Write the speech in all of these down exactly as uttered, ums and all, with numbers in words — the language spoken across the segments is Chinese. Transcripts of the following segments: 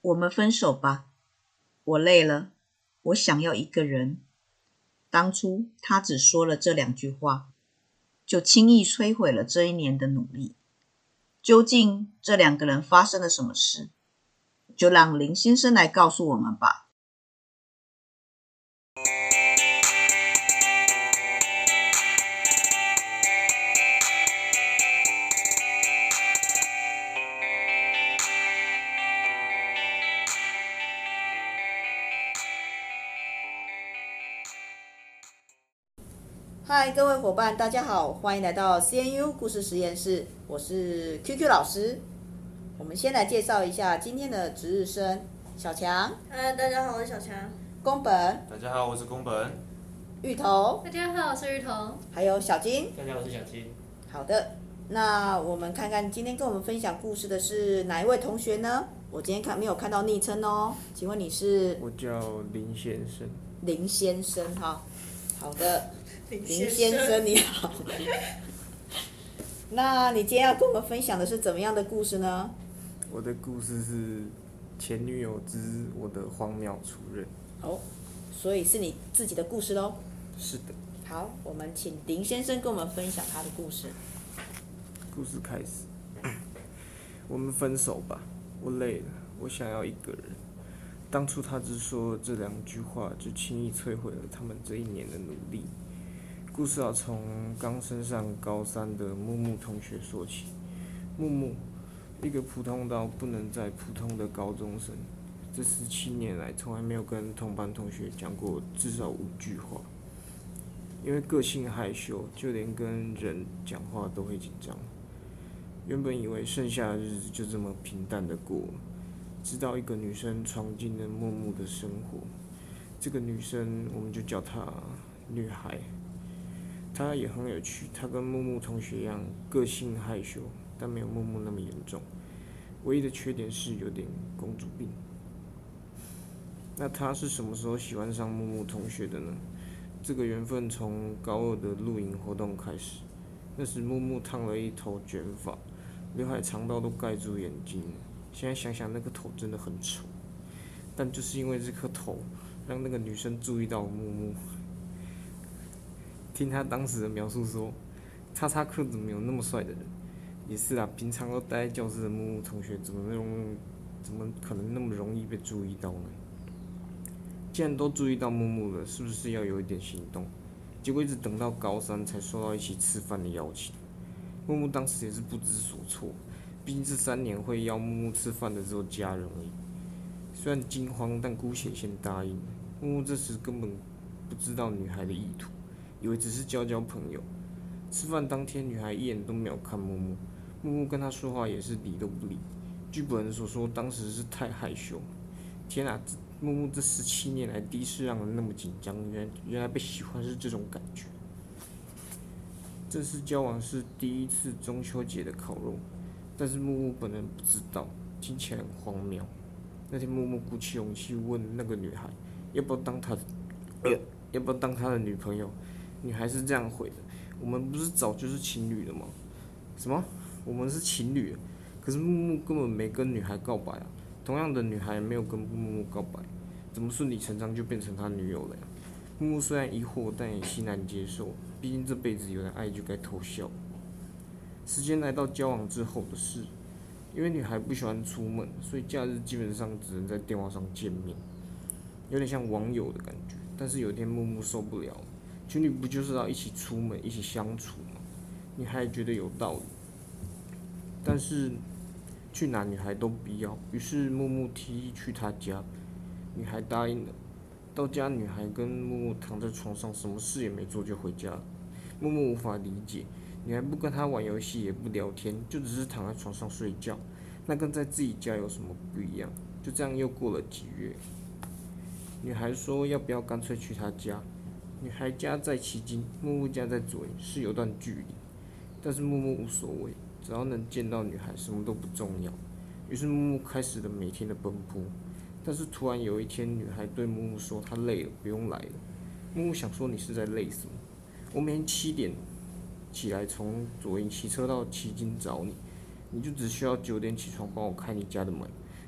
我们分手吧，我累了，我想要一个人。当初他只说了这两句话，就轻易摧毁了这一年的努力。究竟这两个人发生了什么事？就让林先生来告诉我们吧。 嗨，各位伙伴，大家好，欢迎来到 C N U 故事实验室，我是 Q Q 老师。我们先来介绍一下今天的值日生小强。 嗨，大家好，我是小强。 宫本。 大家好，我是宫本。 芋头。 大家好，我是芋头。 还有小金。 大家好，我是小金。 好的，那我们看看今天跟我们分享故事的是哪一位同学呢？我今天看没有看到昵称哦，请问你是？ 我叫林先生。 林先生哈，好的。 林先生你好，那你今天要跟我们分享的是怎么样的故事呢？ 我的故事是前女友之我的荒谬初恋。 哦，所以是你自己的故事咯。 是的。 好，我们请林先生跟我们分享他的故事。 故事开始，我们分手吧，我累了，我想要一个人。当初他只说这两句话，就轻易摧毁了他们这一年的努力。故事要从刚升上高三的木木同学说起。木木，一个普通到不能再普通的高中生，这十七年来从来没有跟同班同学讲过至少五句话。因为个性害羞，就连跟人讲话都会紧张。原本以为剩下的日子就这么平淡的过了，直到一个女生闯进了木木的生活。这个女生，我们就叫她女孩。她也很有趣，她跟木木同学一样，个性害羞，但没有木木那么严重。唯一的缺点是有点公主病。那她是什么时候喜欢上木木同学的呢？这个缘分从高二的露营活动开始。那时木木烫了一头卷发，刘海长到都盖住眼睛了。现在想想那个头真的很丑，但就是因为这颗头，让那个女生注意到木木。听他当时的描述说，叉叉课怎么有那么帅的人？也是啦，平常都待在教室的木木同学，怎么那种怎么可能那么容易被注意到呢？既然都注意到木木了，是不是要有一点行动？结果一直等到高三才收到一起吃饭的邀请。木木当时也是不知所措，毕竟这三年会邀木木吃饭的只有家人而已。虽然惊慌，但姑且先答应。木木这时根本不知道女孩的意图，以为只是交交朋友。吃饭当天，女孩一眼都没有看木木，木木跟她说话也是理都不理。据本人所说，当时是太害羞。天啊，木木这十七年来第一次让人那么紧张，原原来被喜欢是这种感觉。这次交往是第一次中秋节的烤肉，但是木木本人不知道，听起来很荒谬。那天木木鼓起勇气问那个女孩，要不要当她的，呃，要不要当她的女朋友？女孩是这样回的：我们不是早就是情侣了吗？什么？我们是情侣了？可是木木根本没跟女孩告白啊。同样的，女孩也没有跟木木告白，怎么顺理成章就变成他女友了呀？木木虽然疑惑，但也欣然接受，毕竟这辈子有人爱就该偷笑。时间来到交往之后的事，因为女孩不喜欢出门，所以假日基本上只能在电话上见面，有点像网友的感觉。但是有一天木木受不了了，情侣不就是要一起出门、一起相处吗？女孩也觉得有道理，但是去哪女孩都不要，于是木木提议去她家，女孩答应了。到家，女孩跟木木躺在床上，什么事也没做就回家了。木木无法理解，女孩不跟她玩游戏，也不聊天，就只是躺在床上睡觉，那跟在自己家有什么不一样？就这样又过了几月。女孩说要不要干脆去她家？女孩家在旗津，木木家在左营，是有段距离，但是木木无所谓。只要能见到女孩，什么都不重要。于是木木开始了每天的奔波。但是突然有一天，女孩对木木说：“她累了，不用来了。”木木想说：“你是在累什么？我每天七点起来从左营骑车到旗津找你，你就只需要九点起床帮我开你家的门，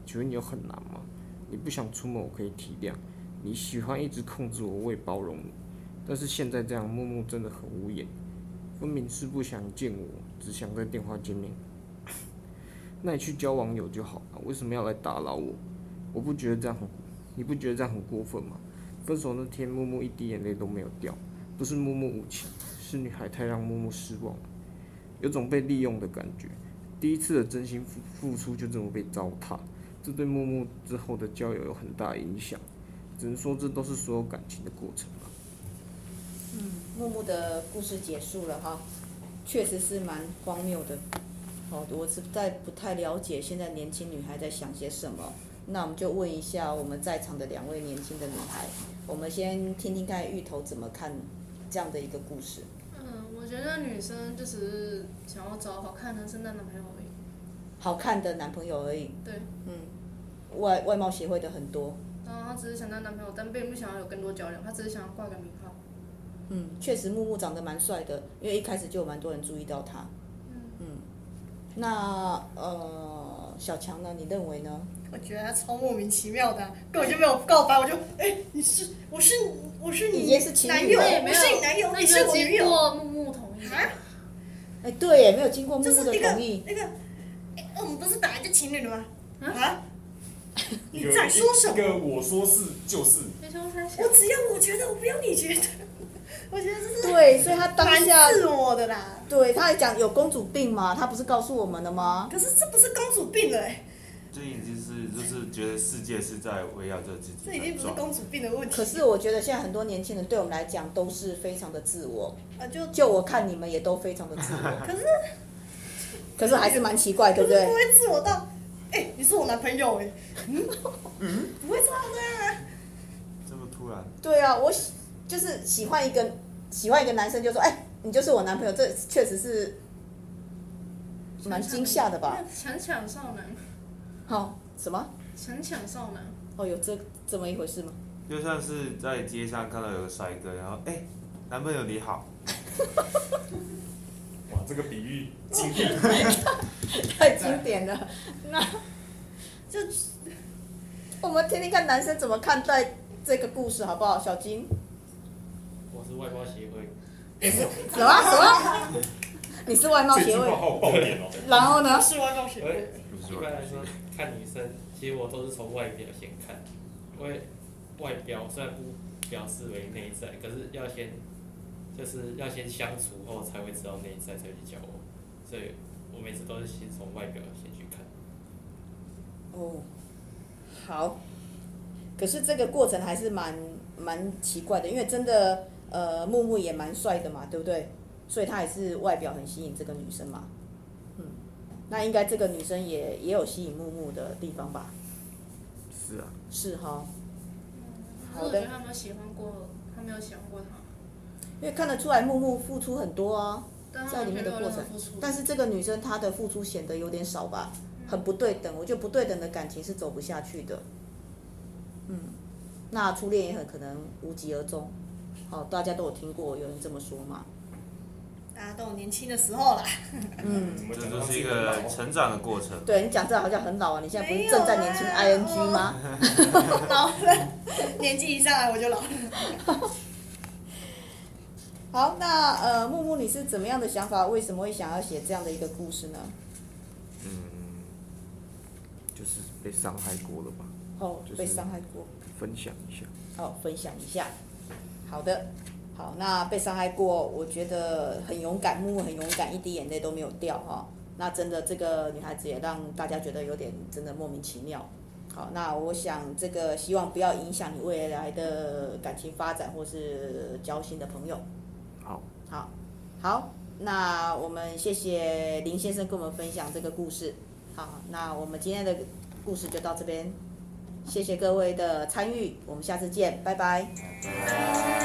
请问你有很难吗？你不想出门，我可以体谅。你喜欢一直控制我，我也包容你。但是现在这样，木木真的很无言，分明是不想见我，只想在电话见面。那你去交网友就好了，为什么要来打扰我？我不觉得这样很，你不觉得这样很过分吗？分手那天，木木一滴眼泪都没有掉，不是木木无情，是女孩太让木木失望了，有种被利用的感觉。第一次的真心付付出就这么被糟蹋，这对木木之后的交友有很大影响。只能说这都是所有感情的过程吧。 嗯，木木的故事结束了哈，确实是蛮荒谬的。好，我实在不太了解现在年轻女孩在想些什么。那我们就问一下我们在场的两位年轻的女孩，我们先听听看芋头怎么看这样的一个故事。 嗯，我觉得女生就只是想要找好看的男生当男朋友而已。 好看的男朋友而已。 对。 嗯，外外貌协会的很多。 然后她只是想当男朋友，但并不想要有更多交流，她只是想要挂个名号。 嗯，确实木木长得蛮帅的，因为一开始就有蛮多人注意到他。 嗯。 嗯，那呃，小强呢？你认为呢？ 我觉得他超莫名其妙的、啊，根本就没有告白，我就哎、欸，你是我是我是你男友，我是你男友，你是我女友。 经过木木同意。 啊？ 哎，对耶，没有经过木木的同意。 那个，那个，我们不是本来就情侣了吗？啊？ 你在说什么？ 一个我说是就是。 我只要我觉得，我不要你觉得。我觉得这是对，所以他当下蛮自我的啦。 对，他还讲有公主病嘛，他不是告诉我们了吗？ 可是这不是公主病了哎。 这已经是就是觉得世界是在围绕着自己。 这已经不是公主病的问题。 可是我觉得现在很多年轻人对我们来讲都是非常的自我。 啊，就就我看你们也都非常的自我。 可是， 可是还是蛮奇怪，对不对？ 不会自我到，哎、欸，你是我男朋友哎、欸。嗯嗯，不会这样的、啊。 这么突然？ 对啊，我喜就是喜欢一个喜欢一个男生，就说哎、欸，你就是我男朋友，这确实是蛮惊吓的吧？ 强抢少男。 好、哦，什么？ 强抢少男。 哦，有这这么一回事吗？ 就像是在街上看到有个帅哥，然后哎、欸，男朋友你好。 哇，这个比喻经典， 太经典了。那就我们听听看男生怎么看待这个故事，好不好？小金。 我是外貌协会。 你是什么什么？你是外貌协会。 这句话好爆点哦。 然后呢？ 是外貌协会。 一般来说，看女生，其实我都是从外表先看，因为外表虽然不表示为内在，可是要先，就是要先相处后才会知道内在，才去交往，所以我每次都是先从外表先去看。 哦，好。可是这个过程还是蛮蛮奇怪的，因为真的，呃，木木也蛮帅的嘛，对不对？所以他也是外表很吸引这个女生嘛。嗯，那应该这个女生也也有吸引木木的地方吧？ 是啊。 是哈。 好的。我觉得他没有喜欢过，他没有喜欢过他。 因为看得出来木木付出很多啊，在里面的过程，但是这个女生她的付出显得有点少吧，很不对等。我觉得不对等的感情是走不下去的。嗯，那初恋也很可能无疾而终。好，大家都有听过有人这么说嘛？ 大家都有年轻的时候啦。 嗯， 这就是一个成长的过程。 对你讲这好像很老啊，你现在不是正在年轻 I N G 吗？ 老了，年纪一上来我就老了。 好，那呃，木木你是怎么样的想法？为什么会想要写这样的一个故事呢？ 嗯，就是被伤害过了吧。 哦，被伤害过。 分享一下。 哦，分享一下。好的，好，那被伤害过，我觉得很勇敢，木木很勇敢，一滴眼泪都没有掉哈、哦。那真的这个女孩子也让大家觉得有点真的莫名其妙。好，那我想这个希望不要影响你未来的感情发展或是交新的朋友。 好， 好，好，那我们谢谢林先生跟我们分享这个故事。好，那我们今天的故事就到这边，谢谢各位的参与，我们下次见，拜拜。 拜拜。